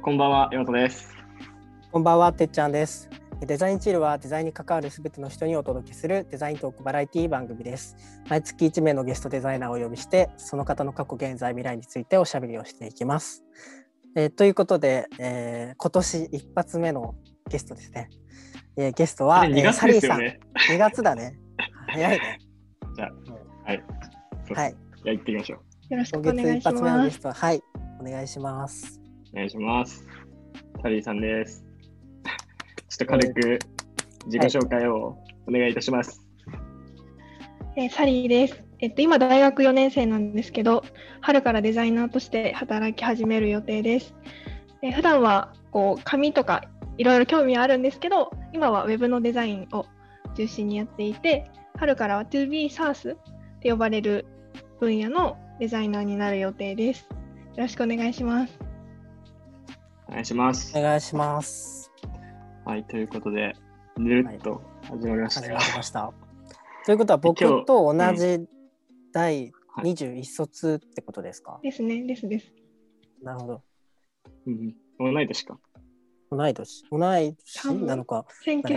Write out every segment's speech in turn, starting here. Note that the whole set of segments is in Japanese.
こんばんは、岩本です。 こんばんは、てっちゃんです。デザインチルはデザインに関わるすべての人にお届けするデザイントークバラエティ番組です。毎月1名のゲストデザイナーをお呼びして、その方の過去、現在、未来についておしゃべりをしていきます。ということで、今年一発目のゲストですね。ゲストは、 2月ですよね。 2月だね。早いね。 じゃあ、はい。 はい。 じゃあ行ってみましょう。 よろしくお願いします。 今月一発目のゲストは、はい、お願いします。 お願いします。サリーさんです。ちょっと軽く自己紹介をお願いいたします。 サリーです。今大学4年生なんですけど、春からデザイナーとして働き始める予定です。普段は紙とかいろいろ興味はあるんですけど、今はウェブのデザインを中心にやっていて、春からは 2B SaaS って呼ばれる分野のデザイナーになる予定です。よろしくお願いします。 お願いします。 お願いします。 はい、ということで、ぬるっと始まりました。 始まりました。ということは、僕と同じ第21卒ってことですか？ ですね、です。 なるほど。 同い年か。 同い年なのか。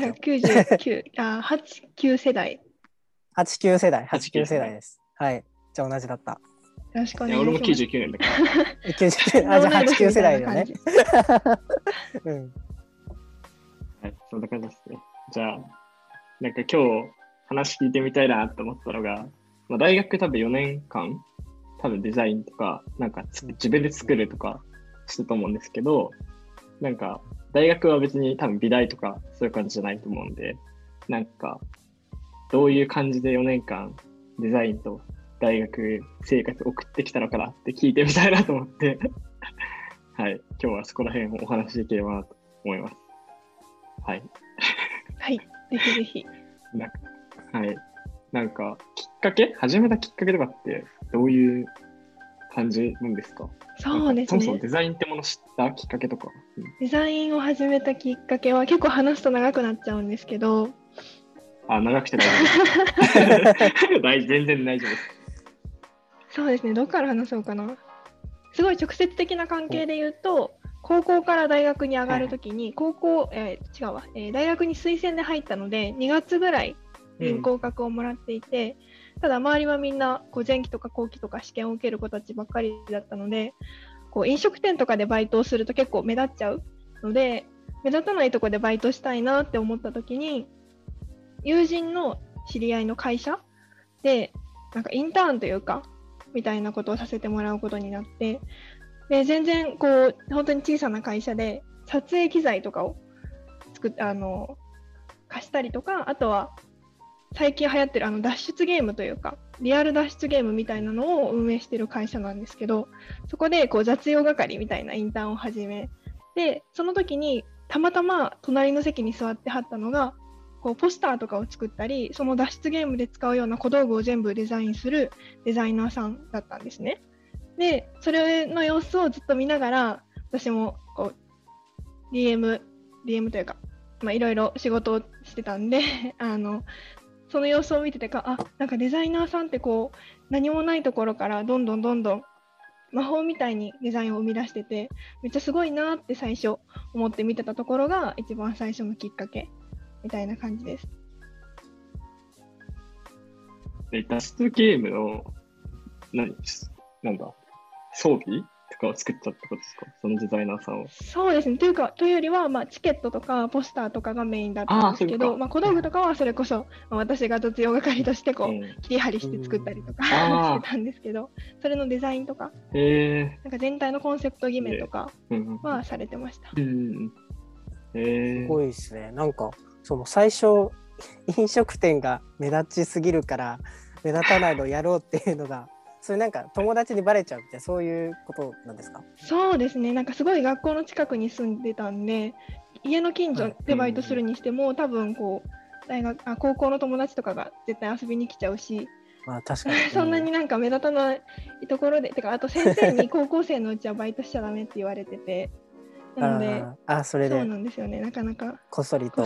1999、89世代。 89世代です。はい。じゃあ同じだった。 よろしくお願いします。 俺も99年だから。 99あ、じゃあ89世代だよね。 はい、そんな感じですね。じゃあ、なんか今日話聞いてみたいなと思ったのが、大学多分4年間、多分デザインとか、なんか自分で作るとかしてたと思うんですけど、なんか大学は別に多分美大とかそういう感じじゃないと思うんで、なんかどういう感じで4年間デザインと大学生活送ってきたのかなって聞いてみたいなと思って、はい、今日はそこら辺をお話しできればなと思います。はい。 はい、ぜひぜひ。 はい。なんか、始めたきっかけとかってどういう感じなんですか？ そうですね。 そもそもデザインってもの知ったきっかけとか。 デザインを始めたきっかけは結構話すと長くなっちゃうんですけど。 長くて大丈夫です。全然大丈夫です。 そうですね。どこから話そうかな。すごい直接的な関係で言うと、高校から大学に上がるときに、大学に推薦で入ったので、2月ぐらいに合格をもらっていて、ただ周りはみんな前期とか後期とか試験を受ける子たちばっかりだったので、飲食店とかでバイトをすると結構目立っちゃうので、目立たないところでバイトしたいなって思ったときに、友人の知り合いの会社でなんかインターンというかみたいなことをさせてもらうことになって、で全然本当に小さな会社で撮影機材とかを貸したりとか、あとは最近流行ってる脱出ゲームというかリアル脱出ゲームみたいなのを運営してる会社なんですけど、そこで雑用係みたいなインターンを始めて、その時にたまたま隣の席に座ってはったのがポスターとかを作ったり、その脱出ゲームで使うような小道具を全部デザインするデザイナーさんだったんですね。で、それの様子をずっと見ながら、私もDM というか、いろいろ仕事をしてたんでその様子を見ててなんかデザイナーさんって何もないところからどんどん魔法みたいにデザインを生み出してて、めっちゃすごいなって最初思って見てたところが一番最初のきっかけみたいな感じです。 脱出ゲームの装備とかを作ったってことですか？そのデザイナーさんを。 そうですね。というよりは、チケットとかポスターとかがメインだったんですけど、小道具とかはそれこそ私が雑用係として切り張りして作ったりとかしてたんですけど、それのデザインとか、なんか全体のコンセプト決めとかはされてました。 すごいですね。なんか最初飲食店が目立ちすぎるから目立たないのをやろうっていうのがそれなんか友達にバレちゃうみたいな、そういうことなんですか？ そうですね。なんかすごい学校の近くに住んでたんで、家の近所でバイトするにしても、多分高校の友達とかが絶対遊びに来ちゃうし、 確かにそんなになんか目立たないところで、あと先生に高校生のうちはバイトしちゃダメって言われてて、なのでそれでそうなんですよね。なかなかこっそりと、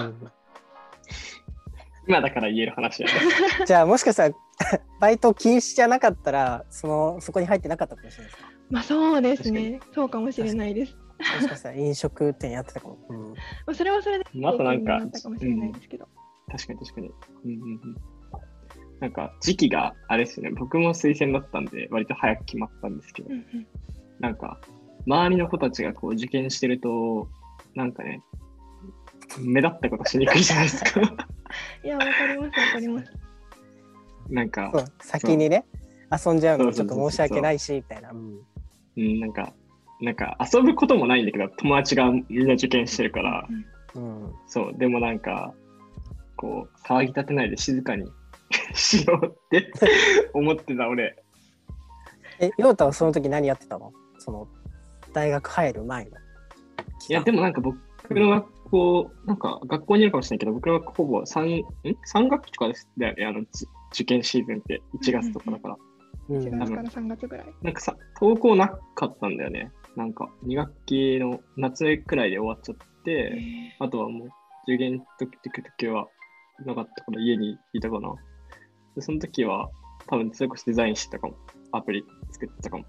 今だから言える話やね。 じゃあもしかしたらバイト禁止じゃなかったらそこに入ってなかったかもしれないですか？ そうですね。そうかもしれないです。 しかしたら飲食店やってたかも。 まあそれはそれであとなんか経験になったかもしれないですけど。 確かに確かに。なんか時期があれですよね。僕も推薦だったんで、割と早く決まったんですけど、なんか周りの子たちがこう受験してると、なんかね、目立ったことしにくいじゃないですか。 いや、わかりますわかります。 なんか先にね、遊んじゃうのちょっと申し訳ないしみたいな。 なんか遊ぶこともないんだけど、友達がみんな受験してるから、そうでもなんかこう騒ぎ立てないで静かにしようって思ってた俺。 陽太はその時何やってたの？その大学入る前の。 いやでもなんか僕の学校、なんか学校にいるかもしれないけど、僕の学校ほぼ3学期とかですね、受験シーズンって1月とかだから。 1月から3月ぐらい。 なんか登校なかったんだよね。なんか2学期の夏くらいで終わっちゃって、あとはもう受験時はなかったから家にいたかな。でその時は多分それこそデザインしてたかも。アプリ作ってたかも。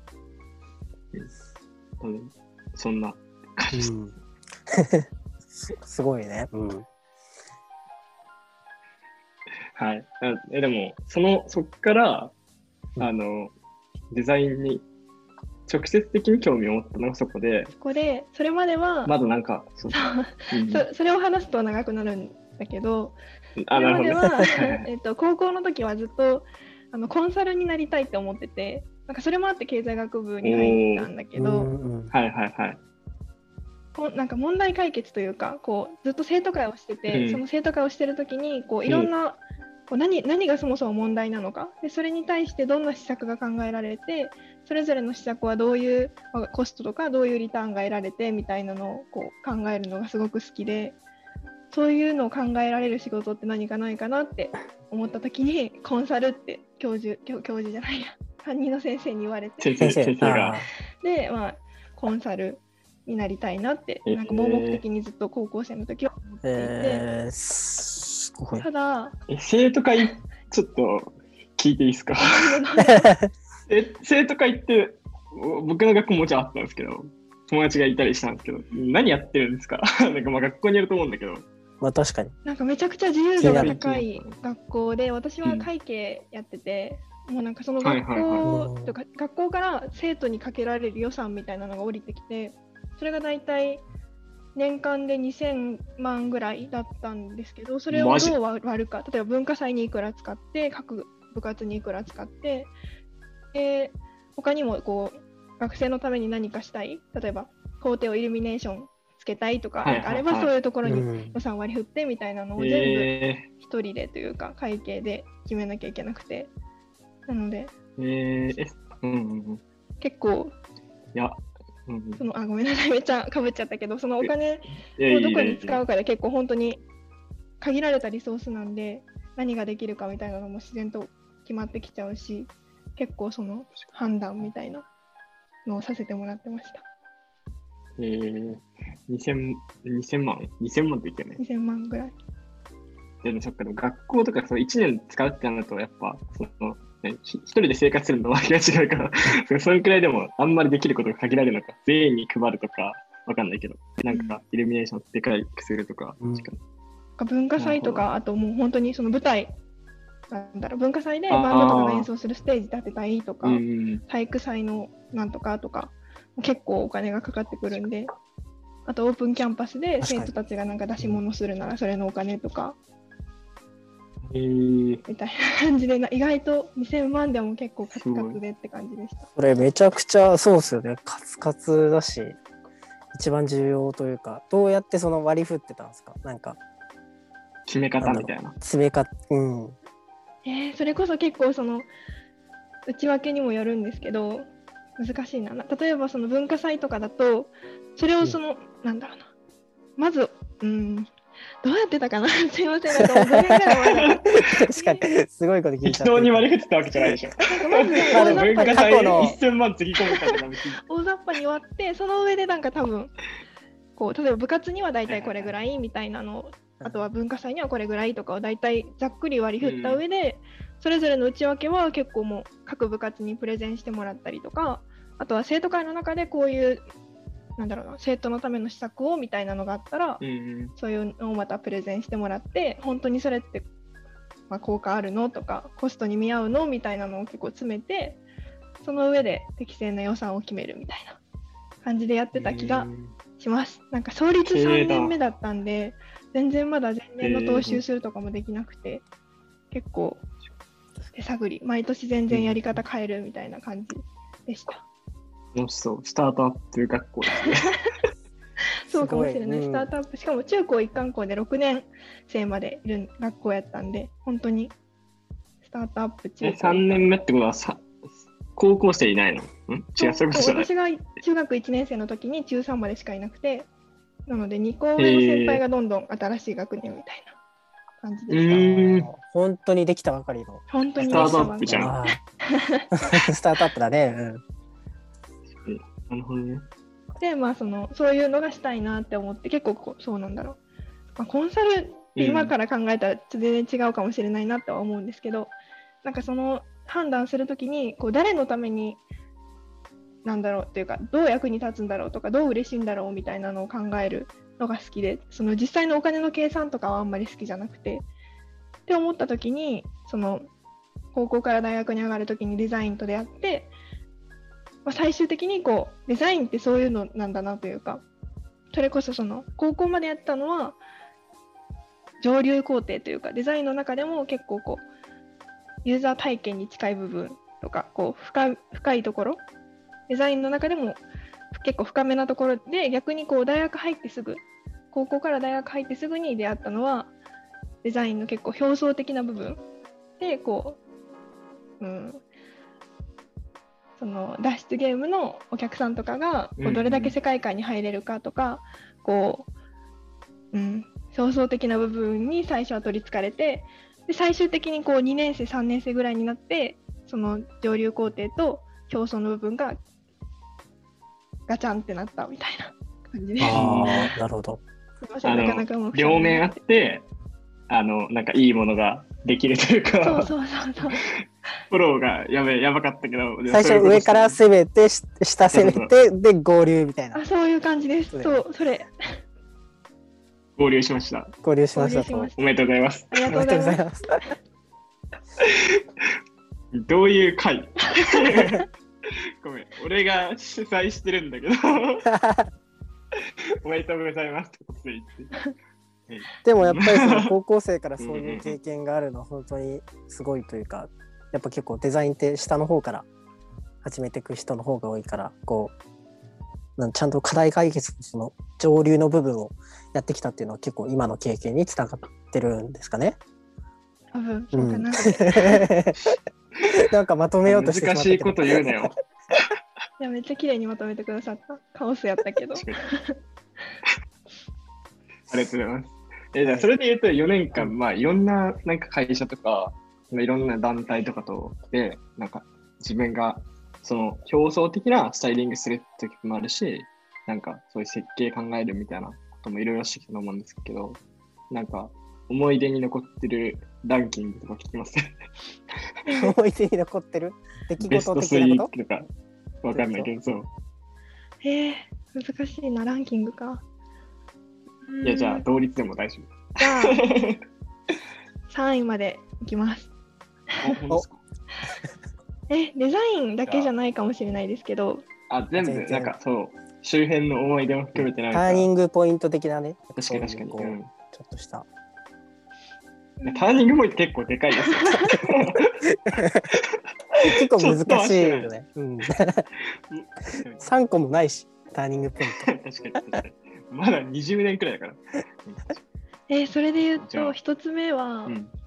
多分そんな感じ。 すごいね。 はい。でもそっからデザインに直接的に興味を持ったのがそこで、 それまではまだなんかそれを話すと長くなるんだけど、それまでは高校の時はずっとコンサルになりたいって思ってて、なんかそれもあって経済学部に入ったんだけど、なんか問題解決というか、こうずっと生徒会をしてて、その生徒会をしてる時にこういろんな、何がそもそも問題なのかで、それに対してどんな施策が考えられて、それぞれの施策はどういうコストとかどういうリターンが得られてみたいなのをこう考えるのがすごく好きで、そういうのを考えられる仕事って何かないかなって思った時に、コンサルって教授じゃないや、担任の先生に言われて、 先生がで、コンサルになりたいなって、なんか盲目的にずっと高校生の時は思っていて、ただ生徒会ちょっと聞いていいですか？生徒会って僕の学校もちろんあったんですけど、友達がいたりしたんですけど、何やってるんですか？なんか学校によると思うんだけど。 確かに。 なんかめちゃくちゃ自由度が高い学校で、私は会計やってて、もうなんかその学校とか学校から生徒にかけられる予算みたいなのが降りてきて、それがだいたい年間で2000万ぐらいだったんですけど、それをどう割るか、例えば文化祭にいくら使って、各部活にいくら使って、他にもこう学生のために何かしたい、例えば校庭をイルミネーションつけたいとか、あればそういうところに予算割り振ってみたいなのを全部一人でというか会計で決めなきゃいけなくて、なので、結構ごめんなさい、めっちゃかぶっちゃったけど、そのお金をどこに使うかで結構本当に限られたリソースなんで、何ができるかみたいなのも自然と決まってきちゃうし、結構その判断みたいなのをさせてもらってました。 2000万って言ったよね。 2000万ぐらい。 でもそっか、学校とか1年使うってなると、やっぱ一人で生活するのは気が違うからそのくらいでもあんまりできることが限られるのか、全員に配るとかわかんないけど、なんかイルミネーションでかいくするとか、 文化祭とか、あともう本当にその舞台、文化祭でバンドとかが演奏するステージ立てたいとか、体育祭のなんとかとか、結構お金がかかってくるんで、あとオープンキャンパスで生徒たちがなんか出し物するならそれのお金とか、みたいな感じで、意外と2000万でも結構カツカツでって感じでした。 これめちゃくちゃそうですよね。カツカツだし、一番重要というか、どうやってその割り振ってたんですか？なんか決め方みたいな。 それこそ結構その内訳にもよるんですけど、難しいな。例えばその文化祭とかだと、それをなんだろうな、まずどうやってたかなすいません、なんかもう5年ぐらい前だ確かに、すごいこと聞いちゃった。 適当に割り振ってたわけじゃないでしょ。文化祭1000万つぎ込むかとか大雑把に割って、その上でなんか多分、こう例えば部活には大体これぐらいみたいなの、あとは文化祭にはこれぐらいとかを大体ざっくり割り振った上で、それぞれの内訳は結構もう各部活にプレゼンしてもらったりとか、あとは生徒会の中でこういうなんだろうな、生徒のための施策をみたいなのがあったら、そういうのをまたプレゼンしてもらって、本当にそれって、効果あるのとかコストに見合うのみたいなのを結構詰めて、その上で適正な予算を決めるみたいな感じでやってた気がします。なんか創立3年目だったんで、全然まだ前年の踏襲するとかもできなくて、結構手探り、毎年全然やり方変えるみたいな感じでした。 楽しそう、スタートアップ学校ですね。 そうかもしれない、スタートアップ、しかも中高一貫校で6年生までいる学校やったんで、本当にスタートアップ中高。 3年目ってことは高校生いないの？違う、そういうことじゃない。 私が中学1年生の時に中3までしかいなくて、なので2校上の先輩がどんどん新しい学年みたいな感じでした。 本当にできたばかりの。 本当にスタートアップじゃん。 スタートアップだね。 なるほどね。 で、そういうのがしたいなって思って、結構そうなんだろう。コンサルって今から考えたら全然違うかもしれないなとは思うんですけど、なんかその判断するときに誰のためになんだろうっていうか、どう役に立つんだろうとか、どう嬉しいんだろうみたいなのを考えるのが好きで、その実際のお金の計算とかはあんまり好きじゃなくて、って思ったときに、その高校から大学に上がるときにデザインと出会って、最終的にデザインってそういうのなんだなというか、それこそその高校までやったのは上流工程というか、デザインの中でも結構ユーザー体験に近い部分とか深いところ、デザインの中でも結構深めなところで、逆に大学入ってすぐ、高校から大学入ってすぐに出会ったのはデザインの結構表層的な部分で、その脱出ゲームのお客さんとかがどれだけ世界観に入れるかとか、表層的な部分に最初は取りつかれて、で最終的に2年生3年生ぐらいになって、その上流工程と表層の部分がガチャンってなったみたいな感じです。 なるほど。 両面あって、なんかいいものができるというか、 そうフォローがやばかったけど、 最初上から攻めて、下攻めて、で合流みたいな。 そういう感じです。そう、それ。 合流しました。 合流しました。 おめでとうございます。 ありがとうございます。 どういう会？ごめん、俺が主催してるんだけど。おめでとうございます。 でもやっぱりその高校生からそういう経験があるのは本当にすごいというか、やっぱ結構デザインって下の方から始めていく人の方が多いから、ちゃんと課題解決のその上流の部分をやってきたっていうのは結構今の経験につながってるんですかね。 多分そうかな。 なんかまとめようとして難しいこと言うなよ。 いや、めっちゃ綺麗にまとめてくださった。カオスやったけど。 ありがとうございます。じゃあそれで言うと4年間、いろんななんか会社とか、いろんな団体とかとで、なんか自分がその表層的なスタイリングする時もあるし、なんかそういう設計考えるみたいなこともいろいろしてきたと思うんですけど、なんか思い出に残ってるランキングとか聞きますね。 思い出に残ってる出来事的なこと？ ベスト3とかわかんないけど、そう。 難しいな、ランキングか。 いや、じゃあ同率でも大丈夫。 じゃあ3位までいきます。デザインだけじゃないかもしれないですけど。 全部、なんかそう、周辺の思い出も含めてなんか。 ターニングポイント的なね。 確かに。ちょっとした。 ターニングポイント結構でかいですよ。 結構難しいよね。3個もないし、ターニングポイント。 確かに。まだ20年くらいだから。 それで言うと、1つ目は、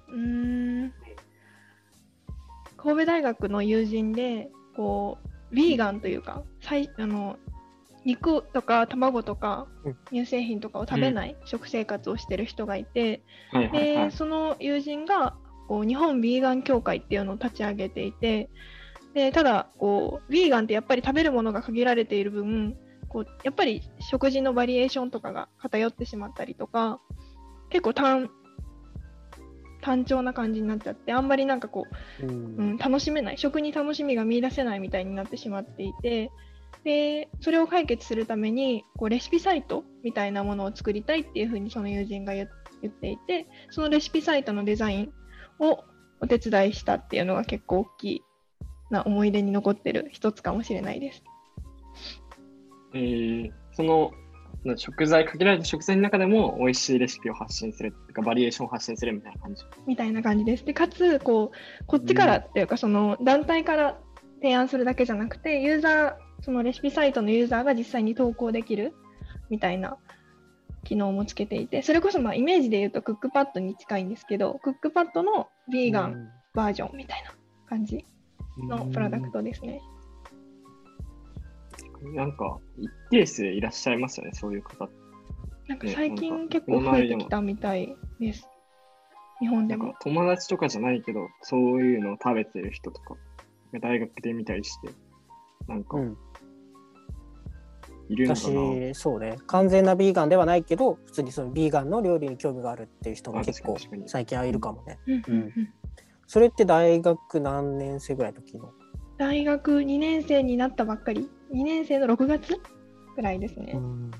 神戸大学の友人で、ヴィーガンというか、肉とか卵とか乳製品とかを食べない食生活をしてる人がいて、でその友人が日本ヴィーガン協会っていうのを立ち上げていて、でただヴィーガンってやっぱり食べるものが限られている分、やっぱり食事のバリエーションとかが偏ってしまったりとか、結構単調な感じになっちゃって、あんまりなんか楽しめない、食に楽しみが見出せないみたいになってしまっていて、 で、それを解決するためにこうレシピサイトみたいなものを作りたいっていうふうにその友人が言っていて、そのレシピサイトのデザインをお手伝いしたっていうのが結構大きいな思い出に残ってる一つかもしれないです。 その食材、限られた食材の中でも美味しいレシピを発信するとか、バリエーションを発信するみたいな感じ。 みたいな感じです。で、かつ、こっちからっていうか、その団体から提案するだけじゃなくて、そのレシピサイトのユーザーが実際に投稿できるみたいな機能もつけていて、それこそイメージで言うとクックパッドに近いんですけど、クックパッドのヴィーガンバージョンみたいな感じのプロダクトですね。 なんか一定数いらっしゃいますよね、そういう方。 なんか最近結構増えてきたみたいです。日本でも。 友達とかじゃないけど、そういうのを食べてる人とか、大学で見たりして、なんか、いるのかな。 私、そうね、完全なビーガンではないけど、普通にそのビーガンの料理に興味があるっていう人が結構最近はいるかもね。それって大学何年生ぐらいの時の？ 大学2年生になったばっかり、2年生の6月ぐらいですね。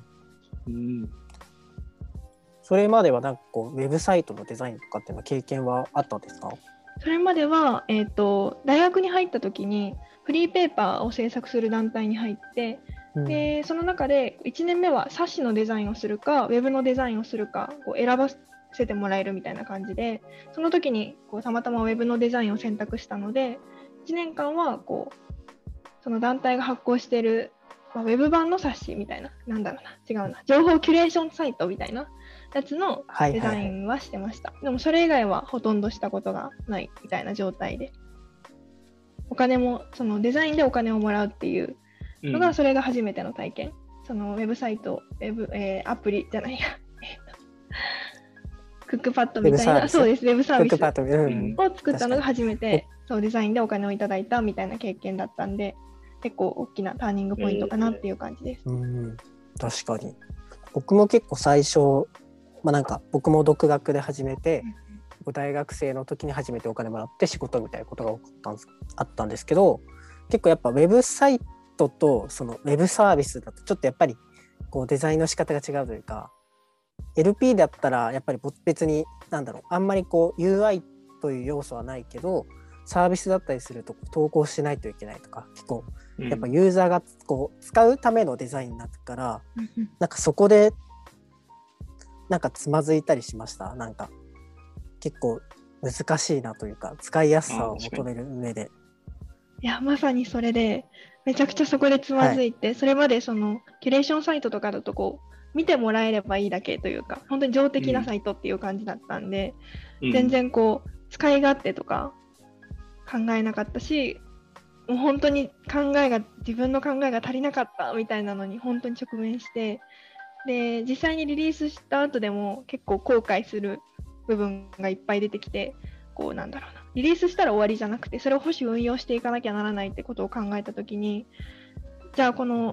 それまではなんかこうウェブサイトのデザインとかっていうの経験はあったんですか？ それまでは、大学に入った時にフリーペーパーを制作する団体に入って、でその中で1年目は冊子のデザインをするかウェブのデザインをするかこう選ばせてもらえるみたいな感じで、その時にこうたまたまウェブのデザインを選択したので、1年間はこうその団体が発行している、ウェブ版の冊子みたいな、情報キュレーションサイトみたいなやつのデザインはしてました。でもそれ以外はほとんどしたことがないみたいな状態で、お金もそのデザインでお金をもらうっていうのが、それが初めての体験。そのウェブサイト、アプリじゃないや、クックパッドみたいな、そうです、ウェブサービスを作ったのが初めて、そうデザインでお金をいただいたみたいな経験だったんで、結構大きなターニングポイントかなっていう感じです。 確かに。僕も結構最初、なんか僕も独学で始めて、大学生の時に初めてお金もらって仕事みたいなことがあったんですけど、結構やっぱウェブサイトとそのウェブサービスだとちょっとやっぱりこうデザインの仕方が違うというか、LP だったらやっぱり別にあんまりこう UI という要素はないけど、サービスだったりすると投稿しないといけないとか、結構やっぱユーザーがこう使うためのデザインになってから、なんかそこでなんかつまずいたりしました。なんか結構難しいなというか、使いやすさを求める上で。 いや、まさにそれでめちゃくちゃそこでつまずいて、それまでそのキュレーションサイトとかだとこう見てもらえればいいだけというか、本当に情的なサイトっていう感じだったんで、全然こう使い勝手とか考えなかったし、もう本当に自分の考えが足りなかったみたいなのに本当に直面して、で実際にリリースした後でも結構後悔する部分がいっぱい出てきて、こうリリースしたら終わりじゃなくて、それを保守運用していかなきゃならないってことを考えたときに、じゃあこの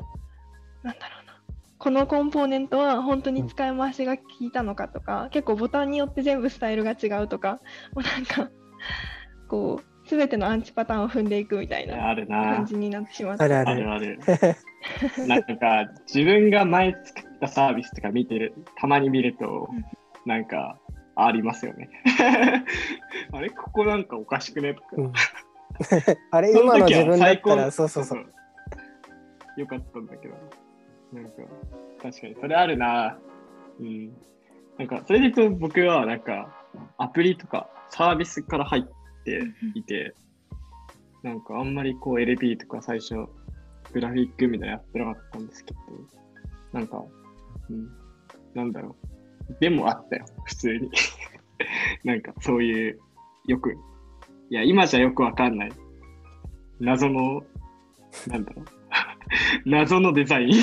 コンポーネントは本当に使い回しが効いたのかとか、結構ボタンによって全部スタイルが違うとか、もうこう全てのアンチパターンを踏んでいくみたいな感じになってしまって。 ある。なんか自分が前作ったサービスとかたまに見ると、なんかありますよね。あれここなんかおかしくねとか。 あれ今の自分だったらそう。 よかったんだけど。なんか確かにそれあるな。なんかそれで言うと僕はなんかアプリとかサービスから入っていて、なんかあんまりこう LP とか最初グラフィックみたいなやってなかったんですけど、なんか、でもあったよ、普通に。なんかそういう今じゃよくわかんない謎の謎のデザイン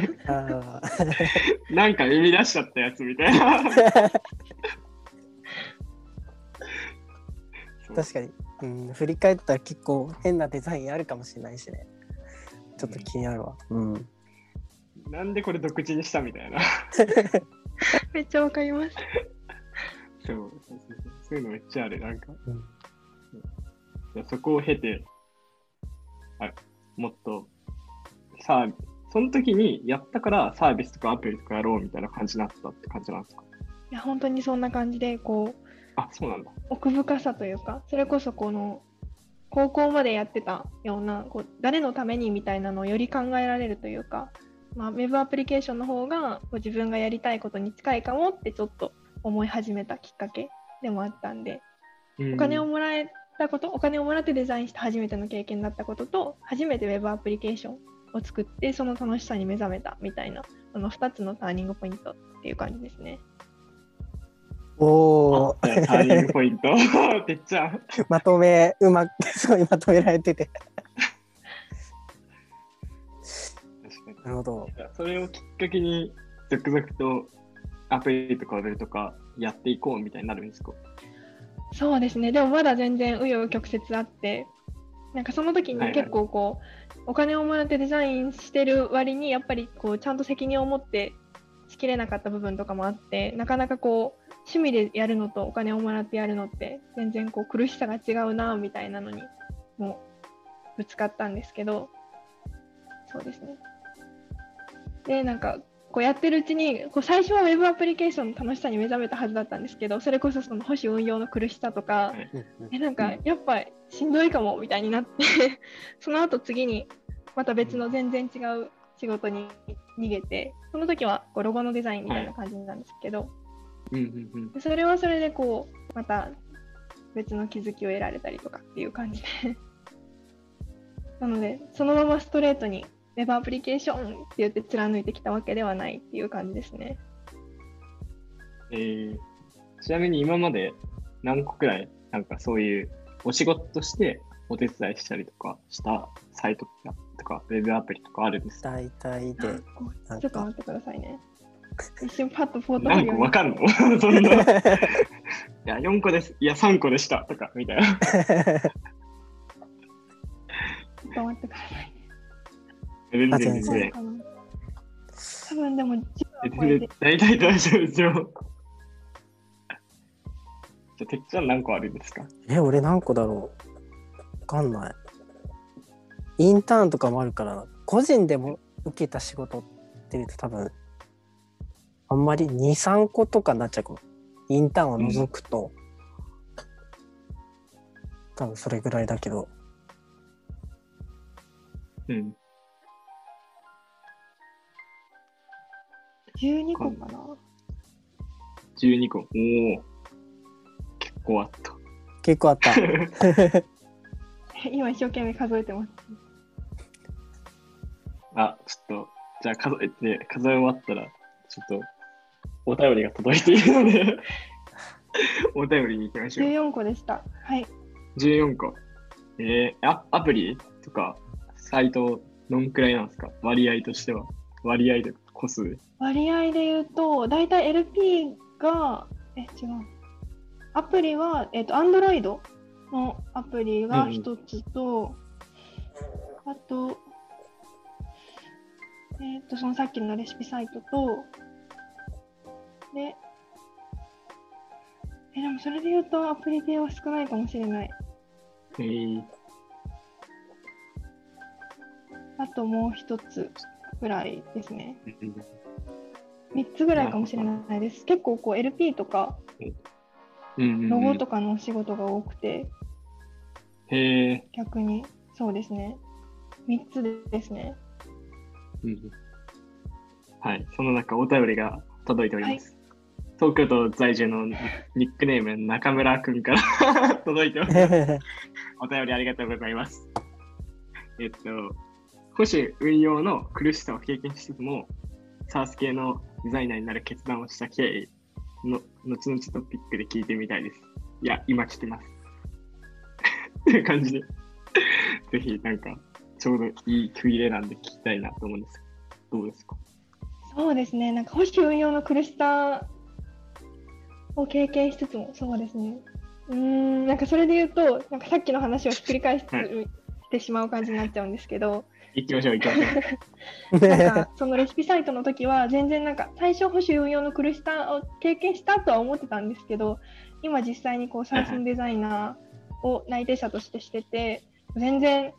なんか生み出しちゃったやつみたいな。 確かに、振り返ったら結構変なデザインあるかもしれないしね。ちょっと気になるわ。 なんでこれ独自にしたみたいな。 めっちゃわかります。 そういうのめっちゃある。なんか、そこを経てもっとその時にやったからサービスとかアプリとかやろうみたいな感じになったって感じなんですか？ いや本当にそんな感じでこうあ、そうなんだ。 奥深さというか、それこそこの高校までやってたようなこう誰のためにみたいなのをより考えられるというか、ウェブアプリケーションの方がこう自分がやりたいことに近いかもってちょっと思い始めたきっかけでもあったんで、お金をもらってデザインして初めての経験だったことと、初めてウェブアプリケーションを作ってその楽しさに目覚めたみたいな、その2つのターニングポイントっていう感じですね。 おターニングポイントてっちゃんまとめうまくすごいまとめられてて確かに。 なるほど。 それをきっかけに続々とアプリとかウェブとかやっていこうみたいになるんですか？ そうですね。でもまだ全然紆余曲折あって、なんかその時に結構こう、お金をもらってデザインしてる割にやっぱりこうちゃんと責任を持ってしきれなかった部分とかもあって、なかなかこう趣味でやるのとお金をもらってやるのって全然こう苦しさが違うなみたいなのにもうぶつかったんですけど、そうですね。でなんかこうやってるうちにこう最初はウェブアプリケーションの楽しさに目覚めたはずだったんですけど、それこそその保守運用の苦しさとか、なんかやっぱしんどいかもみたいになってその後次にまた別の全然違う仕事に逃げて、その時はこうロゴのデザインみたいな感じなんですけど、それはそれでこうまた別の気づきを得られたりとかっていう感じでなのでそのままストレートにウェブアプリケーションって言って貫いてきたわけではないっていう感じですね。 ちなみに今まで何個くらいなんかそういうお仕事としてお手伝いしたりとかしたサイトとかウェブアプリとかあるんですか？ 大体でちょっと待ってくださいね。一瞬パッとポートフォ何リオ個わかんのそんな。いや、4個です。いや、3個でしたとか、みたいな。 ちょっと待ってくださいね。 全然全然多分でも10は超えて大体大丈夫ですよ。じゃあ、てっちゃん何個あるんですか？ 俺何個だろう、わかんない。インターンとかもあるから個人でも受けた仕事っていうと多分あんまり 2,3 個とかになっちゃうかも。インターンを除くと、多分それぐらいだけど。 12個かな。 12個。おお。結構あった。 結構あった今一生懸命数えてます。 あ、ちょっと、じゃあ数え終わったら、ちょっと、お便りが届いているので、お便りに行きましょう。 14個でした。はい。 14個。アプリとか、サイト、どんくらいなんですか？割合としては。割合とか、個数。 割合で言うと、だいたい LP が、違う。アプリは、Android のアプリが一つと、あと、そのさっきのレシピサイトと、でもそれで言うとアプリ系は少ないかもしれない。あともう一つぐらいですね。3つぐらいかもしれないです。結構こう LP とかロゴとかのお仕事が多くて、逆にそうですね。3つですね。 はい、その中お便りが届いております。東京都在住のニックネーム中村くんから届いております。お便りありがとうございます。保守運用の苦しさを経験しつつも、SaaS 系のデザイナーになる決断をした経緯の後々トピックで聞いてみたいです。いや、今聞きます。っていう感じで、ぜひなんかちょうどいい区切れなんで聞きたいなと思うんですけど、どうですか？ そうですね、なんか保守運用の苦しさを経験しつつも、そうですね。なんかそれで言うと、なんかさっきの話をひっくり返してしまう感じになっちゃうんですけど、 行きましょう。 なんかそのレシピサイトの時は全然なんか最初保守運用の苦しさを経験したとは思ってたんですけど、今実際にこうSaaSのデザイナーを内定者としてしてて、全然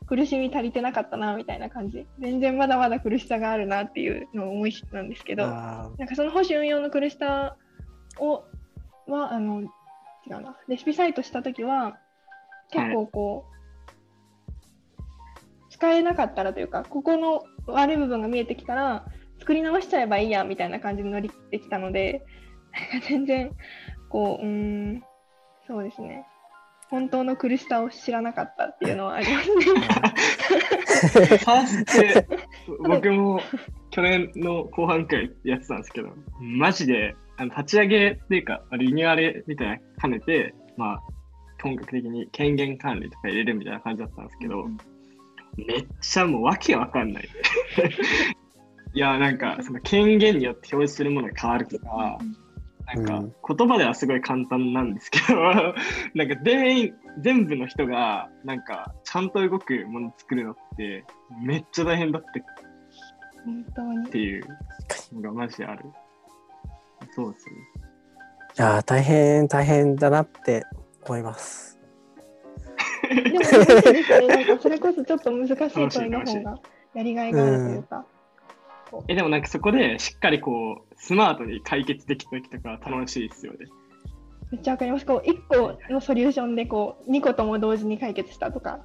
苦しみ足りてなかったなみたいな感じ、全然まだまだ苦しさがあるなっていうのを思い知ったんですけど、なんかその保守運用の苦しさをは違うな、レシピサイトしたときは結構こう、使えなかったらというか、ここの悪い部分が見えてきたら作り直しちゃえばいいやみたいな感じに乗り切ってきたので、なんか全然こうそうですね、本当の苦しさを知らなかったっていうのはありますね。 ファースって僕も去年の後半くらいやってたんですけど、マジで立ち上げっていうかリニューアルみたいな兼ねて、まあ本格的に権限管理とか入れるみたいな感じだったんですけど、めっちゃもうわけわかんない。いや、なんかその権限によって表示するものが変わるとか、なんか言葉ではすごい簡単なんですけど、なんか全部の人がなんかちゃんと動くものを作るのってめっちゃ大変だって本当にっていうのがマジである。そうですね。 いやー、大変だなって思います。 でも楽しいですね。なんかそれこそちょっと難しい問いの方がやりがいがあるというか。 でもなんかそこでしっかりこうスマートに解決できた時とか楽しいですよね。 めっちゃわかります。こう1個のソリューションでこう2個とも同時に解決したとか。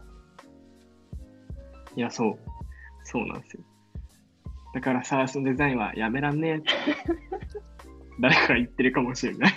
いや、そうなんですよ。だからサースのデザインはやめらんねえって誰かが言ってるかもしれない。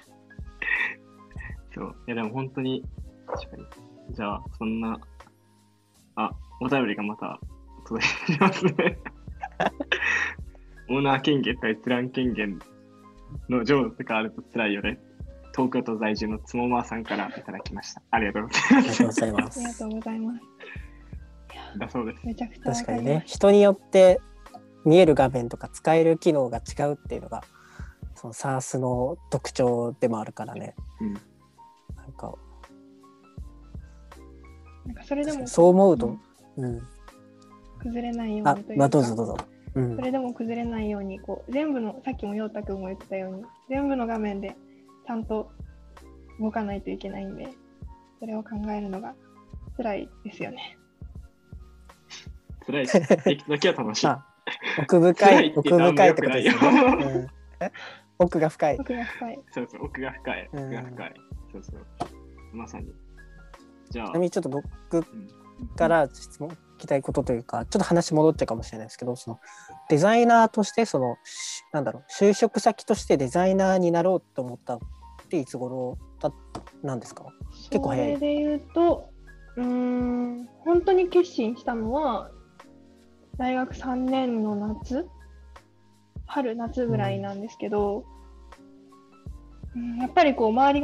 そう。いやでも本当に確かに。じゃあそんなお便りがまた届いてますね。オーナー権限と閲覧権限の上手とかあると辛いよね。東京都在住のつもまーさんからいただきました。ありがとうございます。 ありがとうございまありがす。 とうございます。 だそうです。 めちゃくちゃわ確かにね、 かります。 人によって見える画面とか使える機能が違うっていうのがその SaaS の特徴でもあるからね。なんかそれでもそう思うと、 崩れないようにというか、 どうぞどうぞ。 それでも崩れないようにこう全部の、さっきも陽太くんも言ってたように全部の画面でちゃんと動かないといけないんで、それを考えるのが辛いですよね。 辛いし、できただけは楽しい。 奥深いってことですよね。奥が深い。 そうそう、奥が深い。そうそう。まさに。じゃあ。 ちなみにちょっと僕から質問聞きたいことというか、ちょっと話戻っちゃうかもしれないですけど、そのデザイナーとして就職先としてデザイナーになろうと思ったっていつ頃なんですか？結構早い。 それで言うと、本当に決心したのは大学3年の春夏ぐらいなんですけど、やっぱりこう周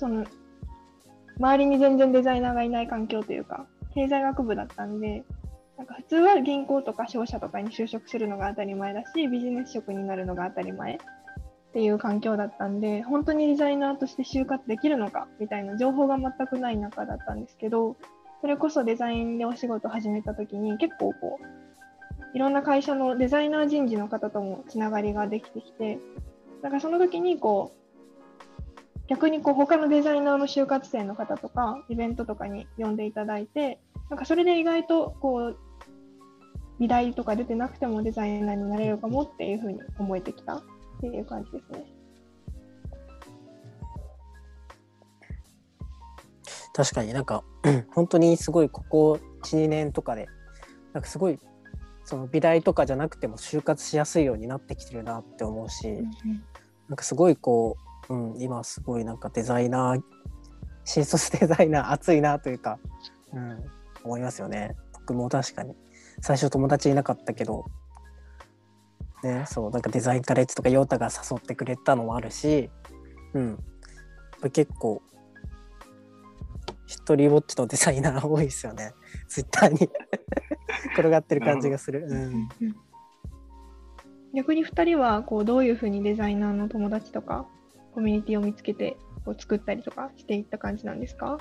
りに全然デザイナーがいない環境というか、経済学部だったんで、なんか普通は銀行とか商社とかに就職するのが当たり前だし、ビジネス職になるのが当たり前っていう環境だったんで、本当にデザイナーとして就活できるのかみたいな情報が全くない中だったんですけど、それこそデザインでお仕事始めた時に結構こういろんな会社のデザイナー人事の方ともつながりができてきて、だからその時にこう逆にこう他のデザイナーの就活生の方とかイベントとかに呼んでいただいて、なんかそれで意外とこう美大とか出てなくてもデザイナーになれるかもっていうふうに思えてきたっていう感じですね。 確かになんか本当にすごいここ 1,2 年とかでなんかすごいその美大とかじゃなくても就活しやすいようになってきてるなって思うし、なんかすごいこう今すごいなんか新卒デザイナー熱いなというか、思いますよね。僕も確かに最初友達いなかったけどね、そうなんかデザインカレッジとかヨータが誘ってくれたのもあるし、結構一人ぼっちのデザイナー多いですよね。ツイッターに転がってる感じがする。 逆に2人はこうどういうふうにデザイナーの友達とかコミュニティを見つけてこう作ったりとかしていった感じなんですか？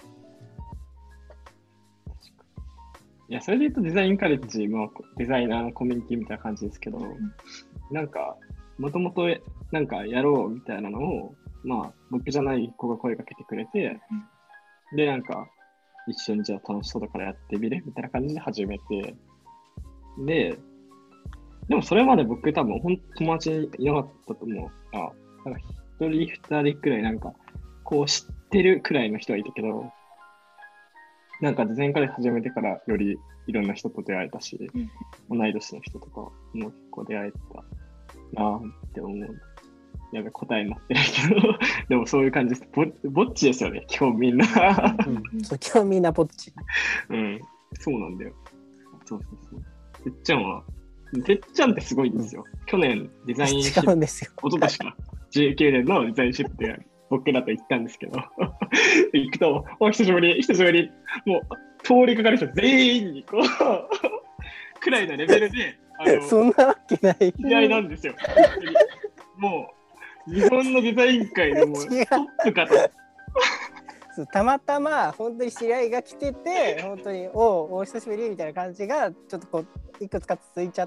いや、それで言うとデザインカレッジもデザイナーのコミュニティみたいな感じですけど、なんかもともとなんかやろうみたいなのを、まあ僕じゃない子が声かけてくれて、でなんか一緒にじゃあ楽しそうだからやってみるみたいな感じで始めて、でもそれまで僕多分友達いなかったと思う。なんか一人二人くらいなんかこう知ってるくらいの人はいたけど、なんか前回始めてからよりいろんな人と出会えたし、同い年の人とかも結構出会えたなって思う。やべ、答えになってないけど、でもそういう感じです。ぼっちですよね、基本みんな。 そう、基本みんなぼっち。 そうなんだよ。そう。てっちゃんってすごいんですよ。去年デザインシップ、 違うんですよ。 一昨年か、19年のデザインシップで僕らと行ったんですけど、行くと、久しぶり、もう通りかかる人全員にこう、くらいのレベルで、 そんなわけない。 知り合いなんですよ。もう、日本のデザイン界のもうトップかと。 たまたま本当に知り合いが来てて、本当にお久しぶりみたいな感じがちょっとこういくつか続いちゃって、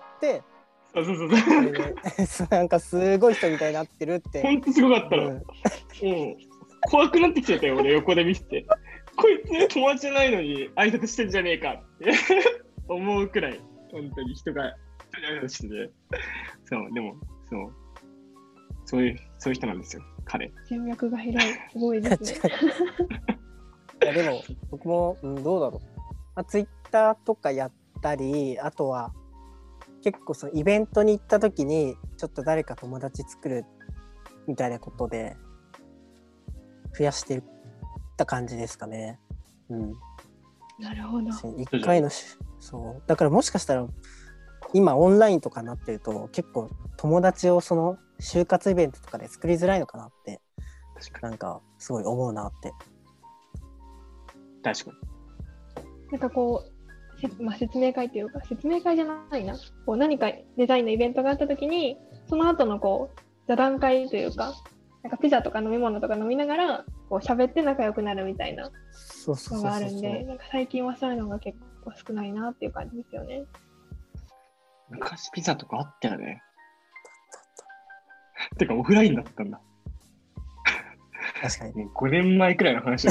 そうなんかすごい人みたいになってるって。 本当すごかったの。怖くなってきちゃったよ、俺横で見てて。こいつ友達じゃないのに挨拶してんじゃねえかって思うくらい、本当に人が挨拶してて。でもそういう人なんですよ、彼。 人脈が広い、すごいですね。 でも僕も、どうだろう。ツイッターとかやったり、あとは結構そのイベントに行った時にちょっと誰か友達作るみたいなことで増やしてた感じですかね。 なるほど。 1回のそうだからもしかしたら今オンラインとかになってると結構友達をその就活イベントとかで作りづらいのかなってなんかすごい思うなって。 確かに。 なんかこう説明会というか、説明会じゃないな、こう何かデザインのイベントがあったときに、その後のこう座談会というか、なんかピザとか飲み物とか飲みながらこう喋って仲良くなるみたいなのがあるんで、なんか最近はそういうのが結構少ないなっていう感じですよね。 昔ピザとかあったよね。てかオフラインだったんだ。 確かに。 もう5年前くらいの話だ。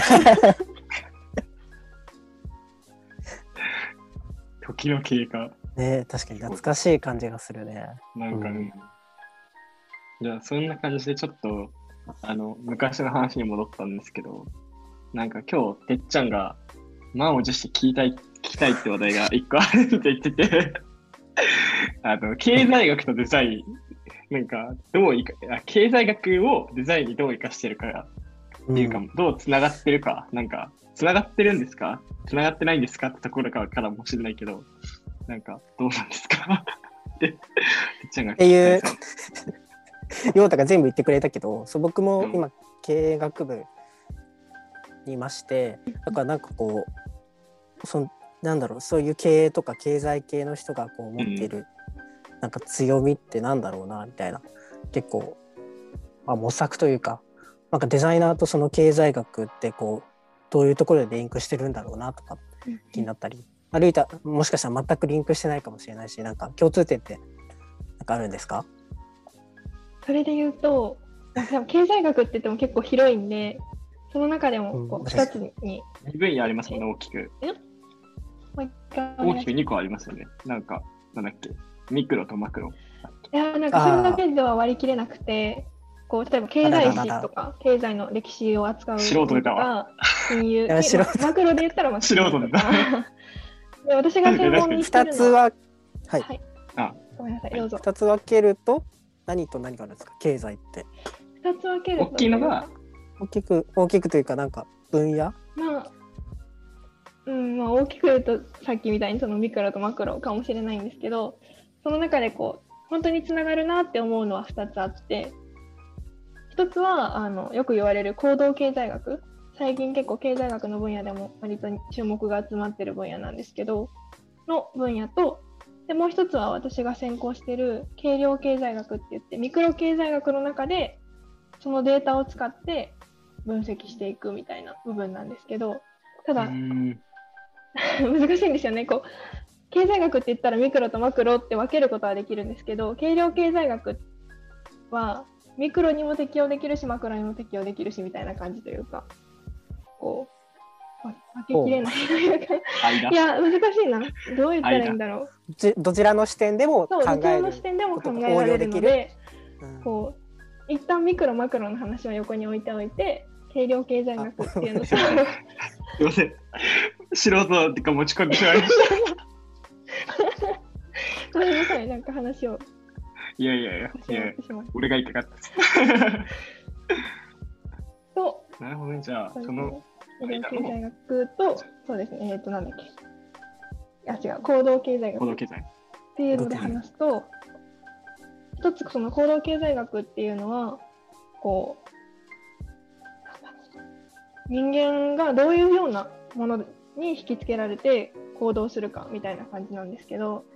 時の経過。 ね、確かに懐かしい感じがするね。 なんかね。じゃあそんな感じでちょっと昔の話に戻ったんですけど、なんか今日てっちゃんが満を持して聞きたいって話題が一個あるって言ってて経済学とデザインなんか経済学をデザインにどう生かしてるかっていうか、どうつながってるか、なんかつながってるんですか、つながってないんですかってところからもしれないけど、なんかどうなんですかっててっちゃんがっていう陽太が全部言ってくれたけど、僕も今経営学部にいまして、だからなんかこうなんだろう、そういう経営とか経済系の人がこう持っているなんか強みってなんだろうなみたいな、結構、模索というか、なんかデザイナーとその経済学ってこうどういうところでリンクしてるんだろうなとか気になったり、あるいはもしかしたら全くリンクしてないかもしれないし、なんか共通点ってなんかあるんですか？ それで言うと、経済学って言っても結構広いんで、その中でもこう2つに 2分野ありますよね、大きく。大きく2個ありますよね。なんだっけ、ミクロとマクロ。 いや、なんかそれだけでは割り切れなくて、こう例えば経済史とか経済の歴史を扱う素人出たわ。 金融、マクロで言ったら素人出た。 で私が専門にしてるのは、 はい。 ごめんなさい、どうぞ。 2つ分けると何と何があるんですか、経済って。 2つ分けると大きいのが大きくというか、なんか分野、 大きく言うとさっきみたいにそのミクロとマクロかもしれないんですけど、その中でこう本当につながるなって思うのは2つあって、1つはよく言われる行動経済学、最近結構経済学の分野でも割と注目が集まってる分野なんですけどの分野と、でもう1つは私が専攻している計量経済学って言って、ミクロ経済学の中でそのデータを使って分析していくみたいな部分なんですけど、ただ難しいんですよね。こう経済学って言ったらミクロとマクロって分けることはできるんですけど、計量経済学はミクロにも適用できるしマクロにも適用できるしみたいな感じというか、こう分けきれないというかいや難しいな、どう言ったらいいんだろう。 どちらの視点でも考える、 どちらの視点でも考えられるので、こう一旦ミクロマクロの話は横に置いておいて、軽量経済学っていうのとすいません、素人ってか持ち込んでしまいましたごめんなさい、なんか話をいや俺が言いたかったですと、 なるほどね。じゃあその軽量経済学と、そうですね、なんだっけ、違う、行動経済学っていうので話すと、一つその行動経済学っていうのはこう人間がどういうようなものに引きつけられて行動するかみたいな感じなんですけど、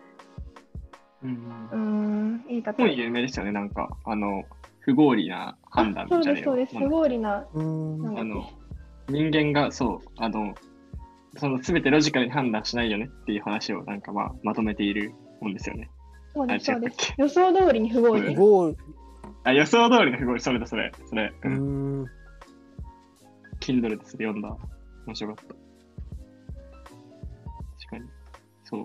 言い方。 有名でしたね、なんか不合理な判断みたいな。 そうです、不合理な。 人間がその全てロジカルに判断しないよねっていう話をなんかまとめているもんですよね。 そうです。予想通りに不合理。 予想通りの不合理、それ。Kindle でそれ読んだ。面白かった。確かに。そう。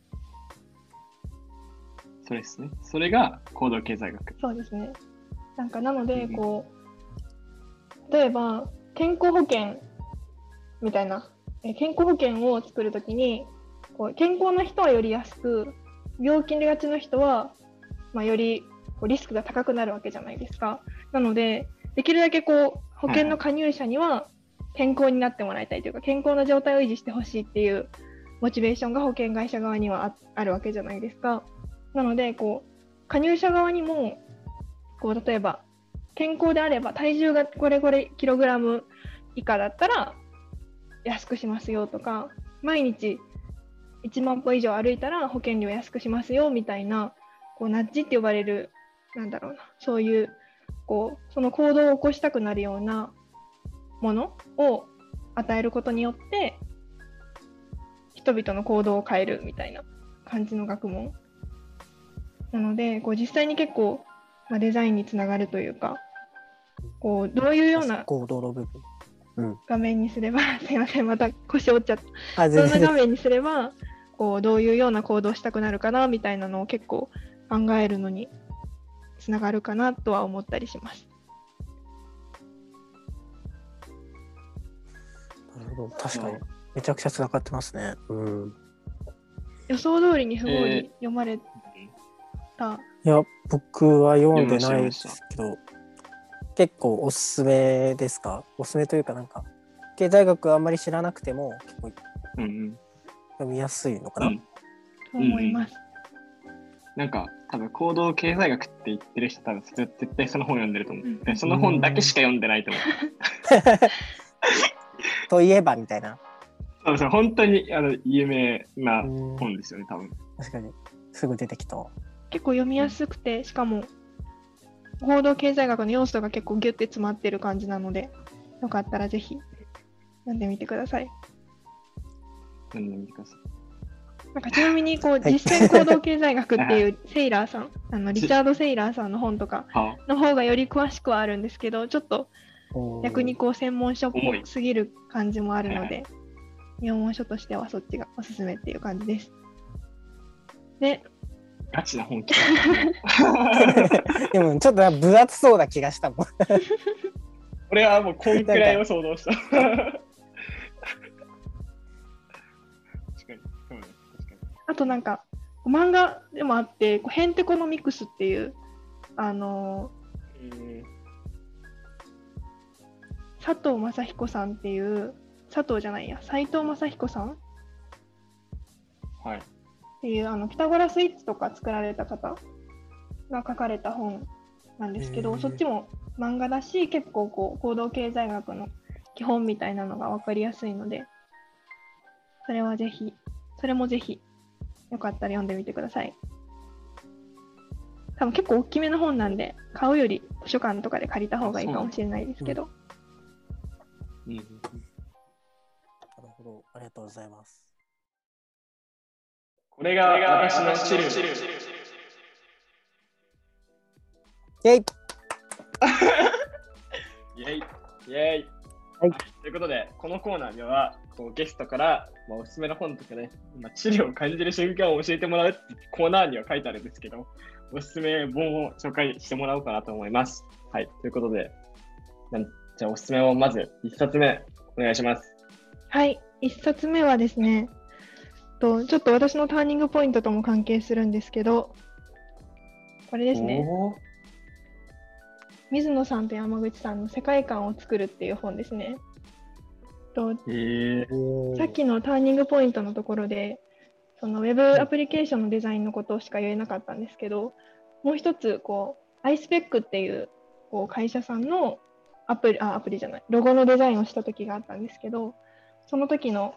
それですね。それが行動経済学。 そうですね。なんかなので、こう、例えば、健康保険みたいな、健康保険を作るときに、こう健康な人はより安く、病気にがちな人は、よりこうリスクが高くなるわけじゃないですか。なので、できるだけこう保険の加入者には健康になってもらいたいというか、健康な状態を維持してほしいっていうモチベーションが保険会社側には あるわけじゃないですか。なので、こう加入者側にもこう例えば健康であれば体重がこれキログラム以下だったら安くしますよとか、毎日1万歩以上歩いたら保険料安くしますよみたいな、こうナッジって呼ばれる、そういうその行動を起こしたくなるようなものを与えることによって人々の行動を変えるみたいな感じの学問なので、こう実際に結構、デザインにつながるというか、こうどういうような画面にすればすいません、また腰折っちゃった。どんな画面にすればこうどういうような行動したくなるかなみたいなのを結構考えるのにつながるかなとは思ったりします。 なるほど、確かにめちゃくちゃつながってますね。 予想通りに不合理読まれた？ いや、僕は読んでないですけど、結構おすすめですか？おすすめというか、なんか経済学あんまり知らなくても結構読みやすいのかな、 と思います。 なんか多分行動経済学って言ってる人多分絶対その本読んでると思う。その本だけしか読んでないと思う。 といえばみたいな。 そう本当に有名な本ですよね、多分。 確かにすぐ出てきた。 結構読みやすくて、しかも行動経済学の要素が結構ギュッて詰まってる感じなので、よかったらぜひ読んでみてください。 読んでみてください。 なんかちなみにこう実践行動経済学っていうセイラーさん、リチャード・セイラーさんの本とかの方がより詳しくはあるんですけど、ちょっと逆にこう専門書っぽすぎる感じもあるので、入門書としてはそっちがおすすめっていう感じです。で、 ガチな本気でもちょっと分厚そうな気がしたもん。 俺はもうこんくらいを想像した。 あとなんか漫画でもあって、ヘンテコノミクスっていう佐藤正彦さんっていう斉藤正彦さん、 はい、 っていうピタゴラスイッチとか作られた方が書かれた本なんですけど、そっちも漫画だし、結構こう行動経済学の基本みたいなのが分かりやすいので、それもぜひよかったら読んでみてください。多分結構大きめの本なんで、買うより図書館とかで借りた方がいいかもしれないですけど。 なるほど、ありがとうございます。 これが私のチル。 イェイイェイイェイ、 はい、 ということで、このコーナーではこうゲストから、おすすめの本とかね、地理を感じる瞬間を教えてもらうってコーナーには書いてあるんですけど、おすすめ本を紹介してもらおうかなと思います。はい、ということで、じゃあおすすめをまず1冊目お願いします。 はい、1冊目はですね、ちょっと私のターニングポイントとも関係するんですけど、これですね。水野さんと山口さんの世界観を作るっていう本ですね。さっきのターニングポイントのところで、そのウェブアプリケーションのデザインのことしか言えなかったんですけど、もう一つiSpec っていう会社さんのロゴのデザインをした時があったんですけど、その時の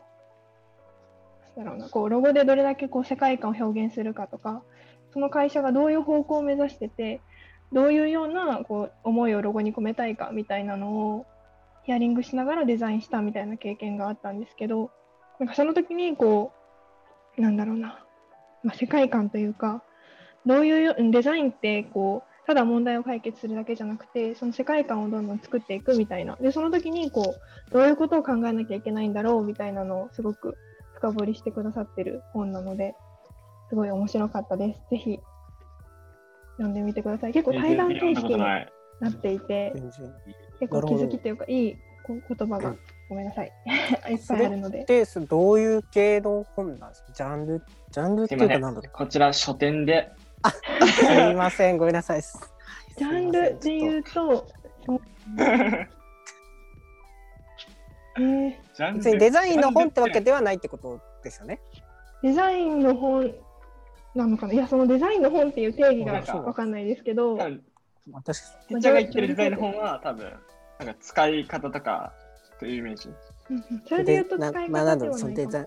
ロゴでどれだけ世界観を表現するかとか、その会社がどういう方向を目指してて、どういうような思いをロゴに込めたいかみたいなのをヒアリングしながらデザインしたみたいな経験があったんですけど、その時に世界観というか、どういうデザインってただ問題を解決するだけじゃなくて、その世界観をどんどん作っていくみたいな。で、その時にどういうことを考えなきゃいけないんだろうみたいなのをすごく深掘りしてくださってる本なので、すごい面白かったです。ぜひ読んでみてください。結構対談形式になっていて、結構気づきというか、いい言葉が、ごめんなさい。いっぱいあるので。 で、どういう系の本なんですか？ジャンルっていうか何だろう。 こちら書店で。 すみません、ごめんなさい。 ジャンルで言うと、 別にデザインの本ってわけではないってことですよね。 デザインの本なのかな。いや、そのデザインの本っていう定義がわかんないですけど、 てっちゃんが言ってるデザインの本は多分使い方とかというイメージ。 それで言うと使い方ではないかも。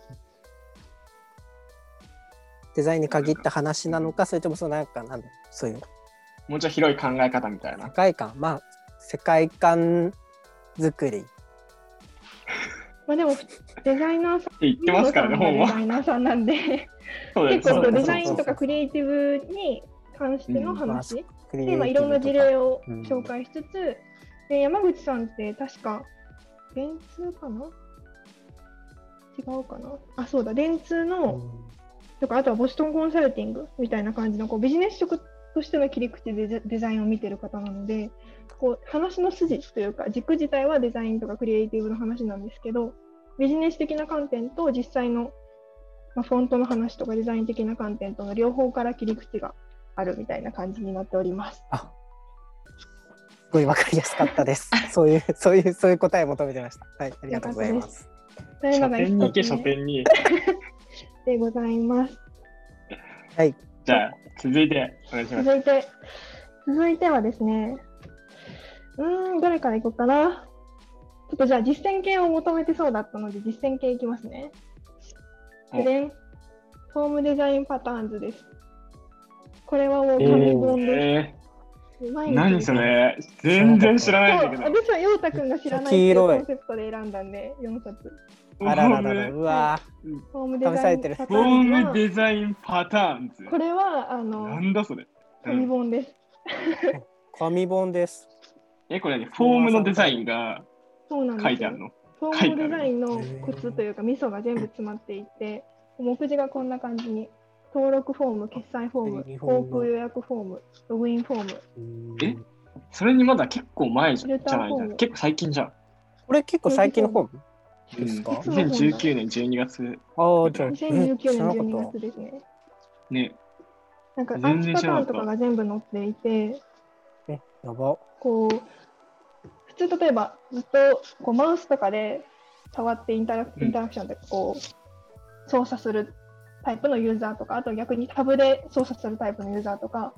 デザインに限った話なのか、それともそういうもうちょい広い考え方みたいな。 世界観作り。 でもデザイナーさんって言ってますからね、本は。 デザイナーさんなんで、結構デザインとかクリエイティブに関しての話で、いろんな事例を紹介しつつ、で山口さんって確か電通かな？違うかな？あ、そうだ、電通のとか、あとはボストンコンサルティングみたいな感じのビジネス職としての切り口でデザインを見てる方なので、話の筋というか軸自体はデザインとかクリエイティブの話なんですけど、ビジネス的な観点と実際の、フォントの話とかデザイン的な観点との両方から切り口があるみたいな感じになっております。 すごいわかりやすかったです。そういう答えを求めてました。はい、ありがとうございます。 というのが書店にでございます。 はい。 じゃあ続いてお願いします。 続いてはですね、どれからいこうかな。ちょっとじゃあ実践系を求めてそうだったので実践系いきますね。フォームデザインパターンズです。これはもう紙本です。 何それ？全然知らないんだけど。 私は陽太くんが知らないっていうコンセプトで選んだんで4冊。 あらららら、うわフォームデザインパターンズ。 フォームデザインパターンズ。 これはなんだそれ？ 紙本です。 紙本です。 これね、フォームのデザインが書いてあるの？ フォームデザインのコツというかミソが全部詰まっていて、目次がこんな感じに。登録フォーム、決済フォーム、航空予約フォーム、ログインフォーム。 それにまだ結結構前じゃないじゃん。結構最近じゃん。 これ結構最近のフォームですか ？2019年12月。 じゃあ2019年12月ですね。 ね。 アーチパターンとかが全部載っていて、 やば。 普通例えばずっとマウスとかで触ってインタラクションで操作するタイプのユーザーとか、あと逆にタブで操作するタイプのユーザーとか、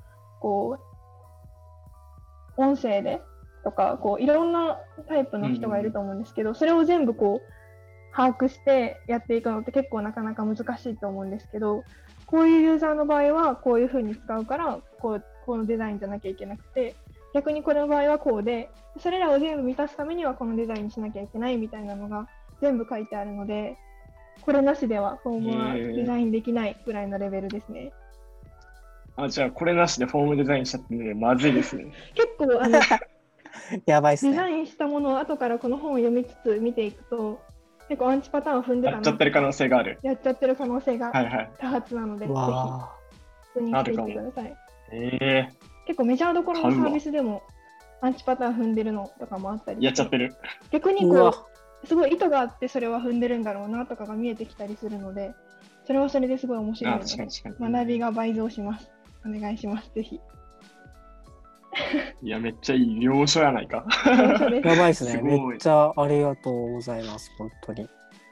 音声でとか、いろんなタイプの人がいると思うんですけど、それを全部把握してやっていくのって結構なかなか難しいと思うんですけど、こういうユーザーの場合はこういう風に使うから、このデザインじゃなきゃいけなくて、逆にこれの場合はこうで、それらを全部満たすためにはこのデザインにしなきゃいけないみたいなのが全部書いてあるので、これなしではフォームはデザインできないぐらいのレベルですね。 じゃあこれなしでフォームデザインしちゃってまずいですね。 結構やばいっすね。 デザインしたものを後からこの本を読みつつ見ていくと、 結構アンチパターンを踏んでたやっちゃってる可能性がある。 やっちゃってる可能性がはいはい。 多発なので、ぜひわ確認していってください。 え結構メジャーどころのサ買うわービスでもアンチパターン踏んでるのとかもあったりやっちゃってる。 逆にうわこうすごい意図があってそれは踏んでるんだろうなとかが見えてきたりするので、それはそれですごい面白いあ、 ので確かに確かに。 学びが倍増します。お願いします、ぜひ。 いや、めっちゃいい。了承やないか。 了承ですやばいですね。 すごいめっちゃありがとうございます。本当に。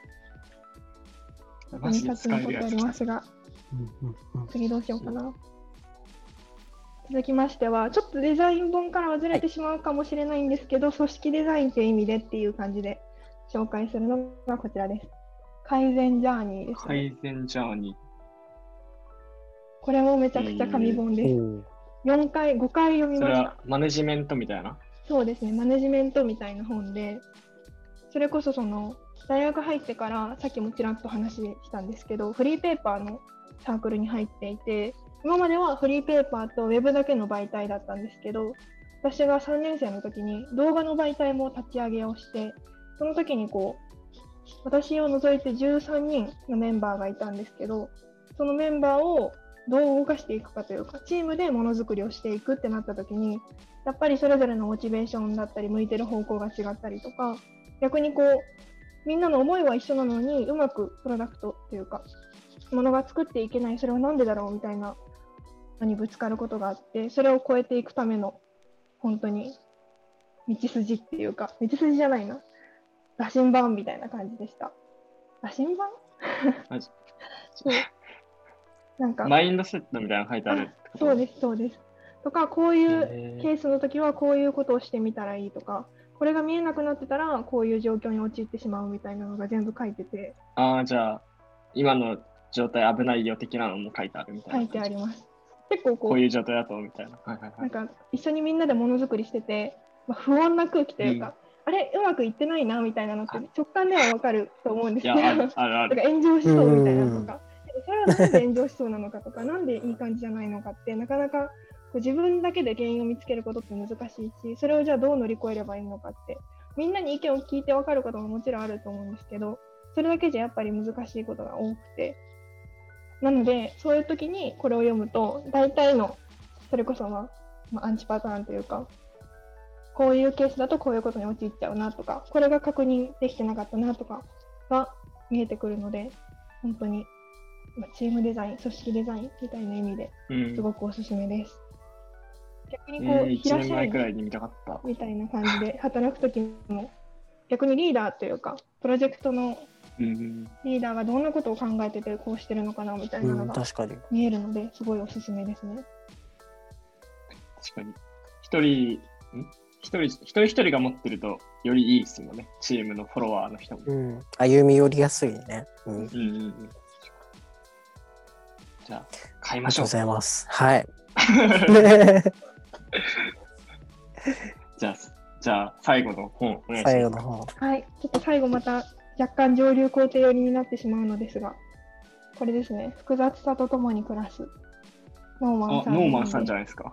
マジで 2冊残ってお使えるやつりますが、 うんうんうん次どうしようかな。続きましては、ちょっとデザイン本からはずれてしまうかもしれないんですけど、組織デザインという意味でっていう感じで紹介するのがこちらです。改善ジャーニーですね。 改善ジャーニこれもめちゃくちゃ紙本です。 おー 4回、5回読ー。それみました。 はマネジメントみたいな。 そうですね、マネジメントみたいな本で、それこそその大学入ってからさっきもちらっと話したんですけど、フリーペーパーのサークルに入っていて、今まではフリーペーパーとウェブだけの媒体だったんですけど、私が3年生の時に動画の媒体も立ち上げをして、その時にこう私を除いて13人のメンバーがいたんですけど、そのメンバーをどう動かしていくかというか、チームでものづくりをしていくってなった時に、やっぱりそれぞれのモチベーションだったり、向いてる方向が違ったりとか、逆にこう、みんなの思いは一緒なのに、うまくプロダクトというか、ものが作っていけない、それはなんでだろうみたいなのにぶつかることがあって、それを超えていくための、本当に道筋っていうか、道筋じゃないな、羅針盤みたいな感じでした。羅針盤マジそう。なんか、 マインドセットみたいなの書いてあるってこと。 そうです、そうです。とか、こういうへーケースの時はこういうことをしてみたらいいとか、これが見えなくなってたらこういう状況に陥ってしまうみたいなのが全部書いてて、 ああ、じゃあ、今の状態危ないよ的なのも書いてあるみたいな。 書いてあります。結構こういう状態だと、みたいな。はいはいはないん。か一緒にみんなでものづくりしてて、不穏な空気というか、あれ、うまくいってないなみたいなのって直感ではわかると思うんですけど、 いや、あるあるある。 とか炎上しそうみたいなのとか、それはなんで炎上しそうなのかとか、なんでいい感じじゃないのかって、なかなかこう自分だけで原因を見つけることって難しいし、それをじゃあどう乗り越えればいいのかって、みんなに意見を聞いて分かることももちろんあると思うんですけど、それだけじゃやっぱり難しいことが多くて、なので、そういう時にこれを読むと、大体の、それこそアンチパターンというか、こういうケースだとこういうことに陥っちゃうなとか、これが確認できてなかったなとかが見えてくるので、本当にチームデザイン、組織デザインみたいな意味ですごくおすすめです。逆にこう、 1 平年前くら社員いに見たかった。 みたいな感じで働くときも、逆にリーダーというか、プロジェクトのうん。 リーダーがどんなことを考えててこうしてるのかなみたいなのが確かに。 見えるので、すごいおすすめですね。 確かに。一人一人が持ってるとよりいいですもんね。チームのフォロワーの人も。 歩み寄りやすいね。 うんじゃあ、買いあましょう。 りがとうございます。はい。 じゃあ、最後の本、お願いします。 最後の方。 はい、ちょっと最後また若干上流工程寄りになってしまうのですが、これですね、複雑さとともに暮らす。ノーマンさん。 ノーマンさんじゃないですか。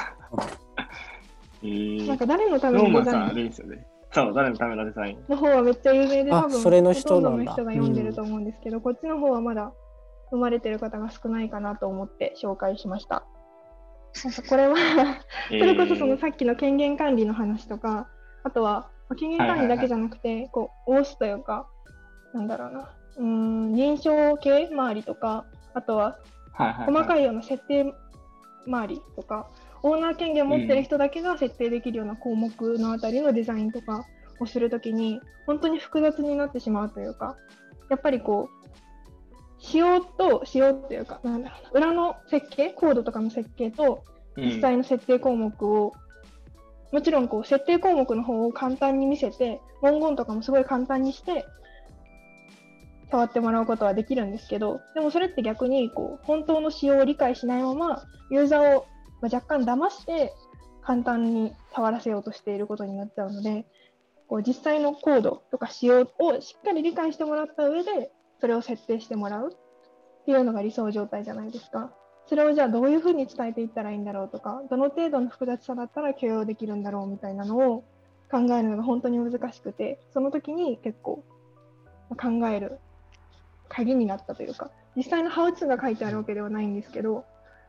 なんか誰のためノーマンさん、 のデザインあれですよね。そう、誰のためのデザイン。 の方はめっちゃ有名で、多分それの人ほとんどなんだの人が読んでると思うんですけど、こっちの方はまだ生まれてる方が少ないかなと思って紹介しました。なんかこれはそれこそそのさっきの権限管理の話とか、あとは権限管理だけじゃなくて、こう、オースというか、なんだろうな、認証系周りとか、あとは細かいような設定周りとか、オーナー権限を持ってる人だけが設定できるような項目のあたりのデザインとかをするときに、本当に複雑になってしまうというか、やっぱりこう、仕様というか、なんだろうな、裏の設計、コードとかの設計と、実際の設定項目を、もちろんこう設定項目の方を簡単に見せて、文言とかもすごい簡単にして、触ってもらうことはできるんですけど、でもそれって逆にこう本当の仕様を理解しないまま、ユーザーを若干騙して簡単に触らせようとしていることになっちゃうので、こう実際のコードとか仕様をしっかり理解してもらった上で、それを設定してもらうっていうのが理想状態じゃないですか。それをじゃあどういうふうに伝えていったらいいんだろうとか、どの程度の複雑さだったら許容できるんだろうみたいなのを考えるのが本当に難しくて、その時に結構考える鍵になったというか、実際のハウツーが書いてあるわけではないんですけど、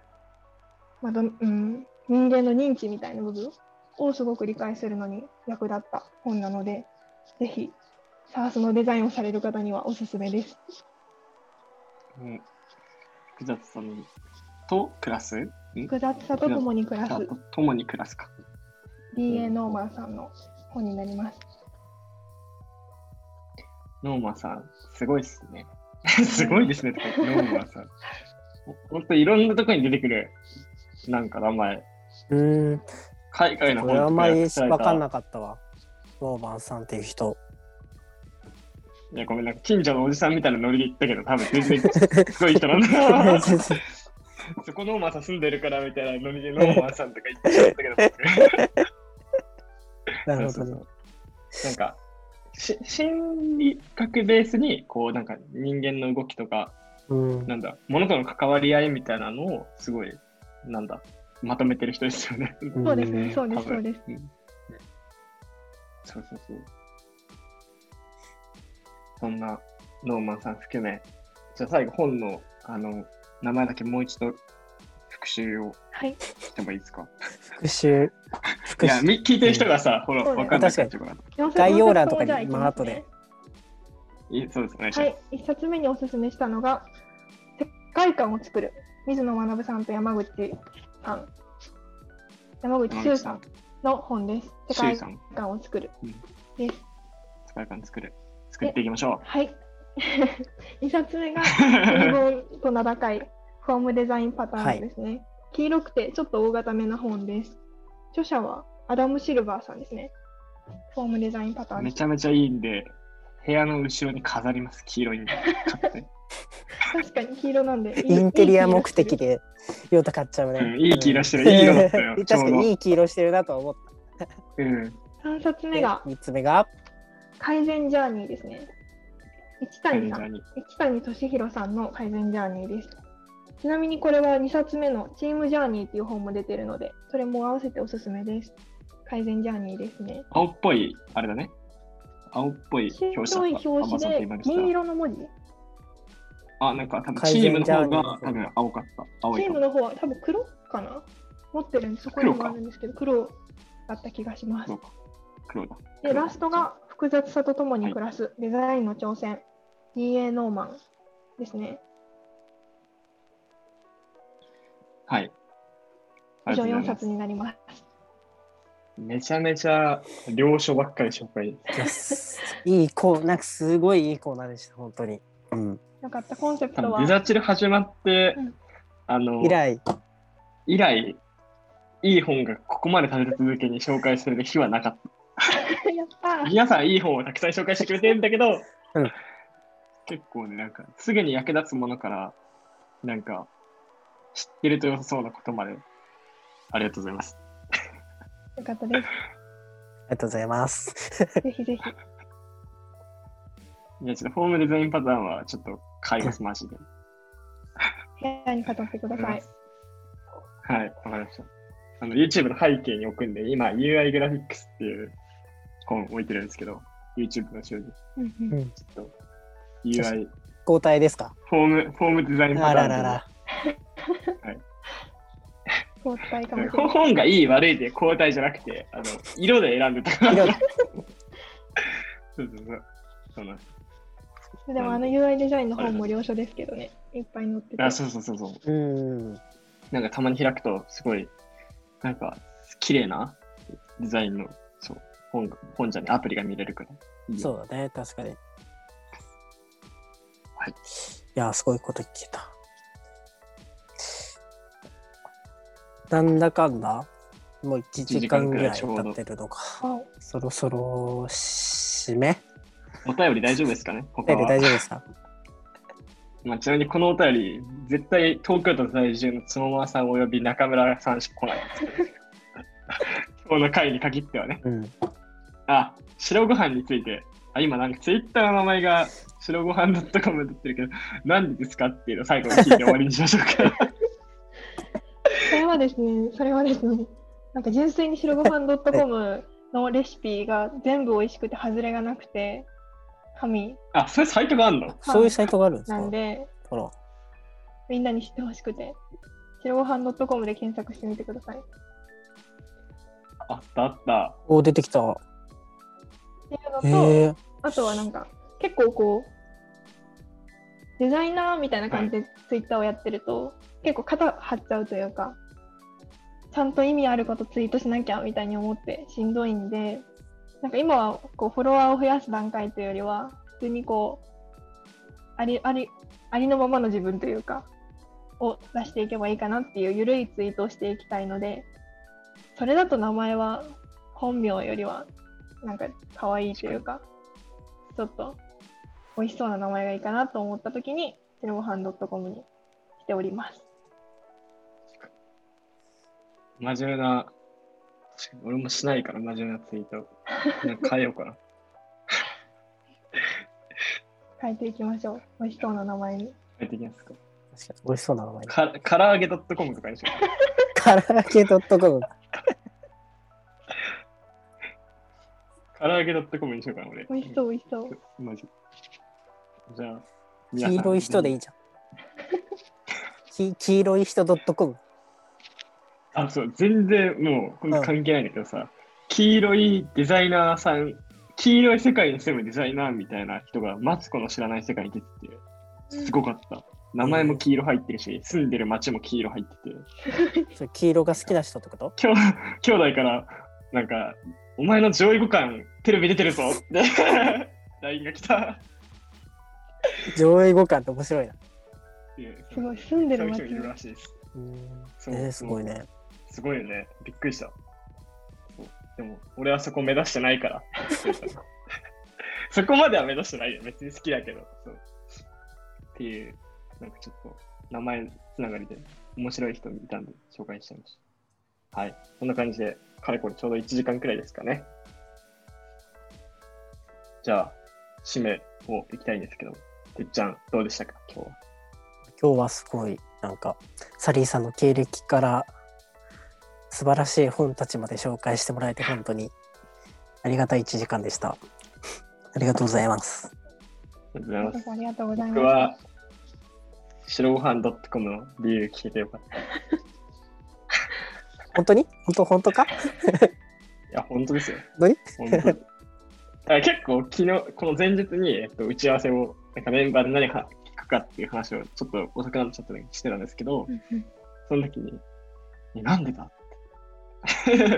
人間の認知みたいな部分をすごく理解するのに役立った本なので、ぜひ SaaS のデザインをされる方にはおすすめです。 複雑さと暮らす？ 複雑さとともに暮らす。 ともに暮らすか。 DA ノーマンさんの本になります。 ノーマンさん、すごいっすね。すごいですねとか言って、ノーマンさん。本当いろんなところに出てくる、なんか名前。海外の本とかこれあんまり分かんなかったわ。ノーマンさんっていう人。 いや、ごめん、なんか近所のおじさんみたいなノリで言ったけど、多分全然すごい人なんだ。そこノーマンさん住んでるからみたいなノリでノーマンさんとか言っちゃったけど、 なるほどね。 なんか、心理学ベースに、こう、なんか人間の動きとか、なんだ、物との関わり合いみたいなのを、すごい、なんだ、まとめてる人ですよね。 そうですね、そうです、そうです。 そう。そんなノーマンさん含め、じゃあ最後本の名前だけもう一度復習をしてもいいですか？ 復習。 いや、聞いてる人がさ、ほら、わかんないから。 概要欄とかに後で。 そうですね。 はい、1冊目におすすめしたのが、世界観を作る、水野学さんと山口周さんの本です。世界観を作るです。 世界観作っていきましょう。 はい。2冊目が、英語と名高いフォームデザインパターンですね。はい、黄色くてちょっと大型めな本です。著者はアダム・シルバーさんですね。フォームデザインパターン。 めちゃめちゃいいんで、部屋の後ろに飾ります。黄色いんで。 確かに黄色なんで。 インテリア目的で用途買っちゃうね。 いい黄色してる。いい色だったよ。 確かにいい黄色してるなと思った。 3冊目が、 3つ目が、 改善ジャーニーですね。市谷俊弘さんの改善ジャーニーです。ちなみにこれは2冊目のチームジャーニーっていう本も出てるので、それも合わせておすすめです。改善ジャーニーですね。 青っぽい、あれだね。青っぽい表紙で銀色の文字。 なんか多分チームの方が多分青かった。 チームの方は多分黒かな？持ってるんで、そこにもあるんですけど、黒だった気がします。 黒だ。 で、ラストが複雑さとともに暮らす、デザインの挑戦、DA ノーマンですね。 はい。 以上4冊になります。 めちゃめちゃ良書ばっかり紹介。 いいなんかすごいいいコーナーでした、本当に。 よかった、コンセプトは。 デザチル始まって、以来、いい本がここまで立て続けに紹介する日はなかった。 やった皆さんいい本をたくさん紹介してくれてるんだけど、結構ね、なんかすぐに役立つものから、なんか知ってると良さそうなことまで、ありがとうございます。 よかったです。 ありがとうございます。 ぜひぜひ。 いや、ちょっとフォームデザインパターンはちょっと買います、マジで。 部屋に飾ってください。 はい、わかりました。YouTube の背景に置くんで、今 UI グラフィックスっていう本置いてるんですけど、YouTube の後ろに。ちょっと UI。 交代ですか？ フォームデザインパターン。はい。 交代かもしれない。 本がいい悪いで交代じゃなくて、色で選んでたから。そうなんです。 でもUI デザインの本も良書ですけどね、いっぱい載ってて。 そう。なんかたまに開くとすごいなんか綺麗なデザインの本じゃねアプリが見れるからいい。 そうだね、確かに。 はい。 いや、すごいこと聞けた。なんだかんだもう1時間ぐらい経ってるのか。そろそろ締め？ お便り大丈夫ですかね？ お便り大丈夫ですか？ ちなみにこのお便り、絶対東京都在住のつもまさんおよび中村さんしか来ないんですけど今日の回に限ってはね。白ご飯について、今なんかツイッターの名前が白ご飯 .com だってるけど、何でですかっていうのを最後に聞いて終わりにしましょうか。 それはですね、なんか純粋に白ご飯 .com のレシピが全部美味しくて外れがなくて、 紙あ、そういうサイトがあるの？ そういうサイトがあるんですか？ なんで、 ほら。 みんなに知ってほしくて、白ごはん .com で検索してみてください。っあったあった。 お、出てきた。 ていうのへえ。 と、あとはなんか、結構こう、デザイナーみたいな感じでツイッターをやってると、結構肩張っちゃうというか、ちゃんと意味あることツイートしなきゃみたいに思ってしんどいんで、なんか今はこうフォロワーを増やす段階というよりは、普通にこう、ありのままの自分というか、を出していけばいいかなっていう緩いツイートをしていきたいので、それだと名前は本名よりはなんか可愛いというか、ちょっと美味しそうな名前がいいかなと思ったときに、白ごはん .com にしております。 真面目な、確かに俺もしないから真面目なツイート。なんか変えようかな。 変えていきましょう。美味しそうな名前に。 変えていきますか。 確かに美味しそうな名前。 唐揚げ .com とかにしよう。 唐揚げ .com。 唐揚げ .com にしようかな、俺。 美味しそう、美味しそう。 マジ。じゃあ、 黄色い人でいいじゃん。黄色い人 .com。 あ、そう、全然もうこれ関係ないんだけどさ、黄色いデザイナーさん、黄色い世界に住むデザイナーみたいな人がマツコの知らない世界に出てて、すごかった。名前も黄色入ってるし、住んでる町も黄色入ってて。 それ黄色が好きな人ってこと？ 兄弟から、なんか、お前の上位互換テレビ出てるぞって LINE が来た。 上位互換って面白いな。 すごい、住んでる町そういう人いるらしいです。 すごいね。 すごいよね。びっくりした。そうでも、俺はそこ目指してないから。そこまでは目指してないよ。別に好きだけど。そうっていう、なんかちょっと名前つながりで面白い人いたんで紹介しちゃいました。はい。こんな感じで、かれこれちょうど1時間くらいですかね。じゃあ、締めをいきたいんですけど、てっちゃん、どうでしたか、今日は。 今日はすごい、なんか、サリーさんの経歴から素晴らしい本たちまで紹介してもらえて、本当にありがたい1時間でした。ありがとうございます。 ありがとうございます。 ありがとうございます。 僕は、白ごはん .com の理由聞けてよかった。 本当に本当か？ いや、本当ですよ。 何？ 本当に結構、昨日、この前日に、打ち合わせを、なんかメンバーで何か聞くかっていう話をちょっと遅くなっちゃったのにしてたんですけど、その時に、なんでだって。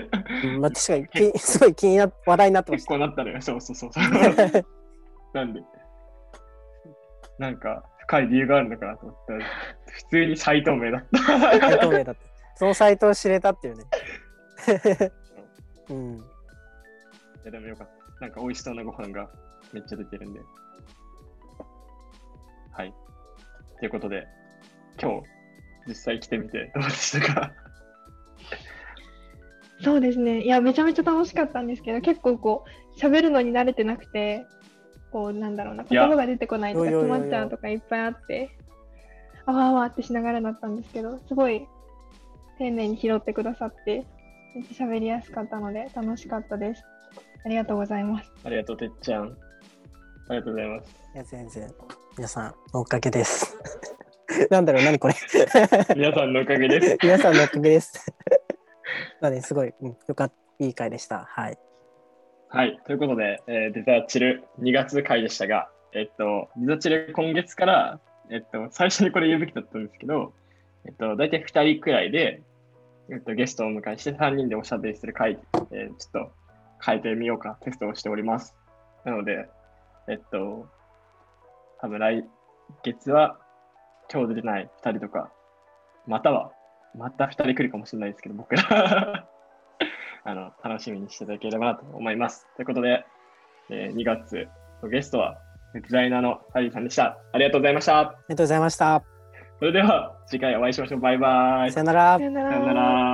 まあ、確かにすごい気にな話題になってました。 結構なったのよ。そう。なんで、なんか深い理由があるのかなと思ったら、普通にサイト名だった。 サイト名だって。そのサイトを知れたっていうね。うん。いや、でもよかった。なんか美味しそうなご飯がめっちゃ出てるんで。はい。ということで、今日実際来てみてどうでしたか？ そうですね。いや、めちゃめちゃ楽しかったんですけど、結構こう、喋るのに慣れてなくて、こう、なんだろうな、言葉が出てこないとか、詰まっちゃうとかいっぱいあって、あわあわってしながらだったんですけど、すごい丁寧に拾ってくださって、めっちゃ喋りやすかったので、楽しかったです。ありがとうございます。 ありがとう、てっちゃん。ありがとうございます。 や、全然。皆さんのおかげです。なんだろう、何これ。 皆さんのおかげです。 皆さんのおかげです。まあね、すごい、よかった、いい回でした。はい。 はい、ということで、デザチル2月回でしたが、デザチル今月から、最初にこれ言うべきだったんですけど、大体2人くらいで、ゲストをお迎えして3人でおしゃべりする回、ちょっと変えてみようか、テストをしております。なので、多分来月は今日出てない2人とか、また2人来るかもしれないですけど、僕ら楽しみにしていただければなと思います。ということで、2月のゲストはデザイナーのサリーさんでした。ありがとうございました。 ありがとうございました。 それでは次回お会いしましょう。バイバイ。 さよなら。 さよなさよなら。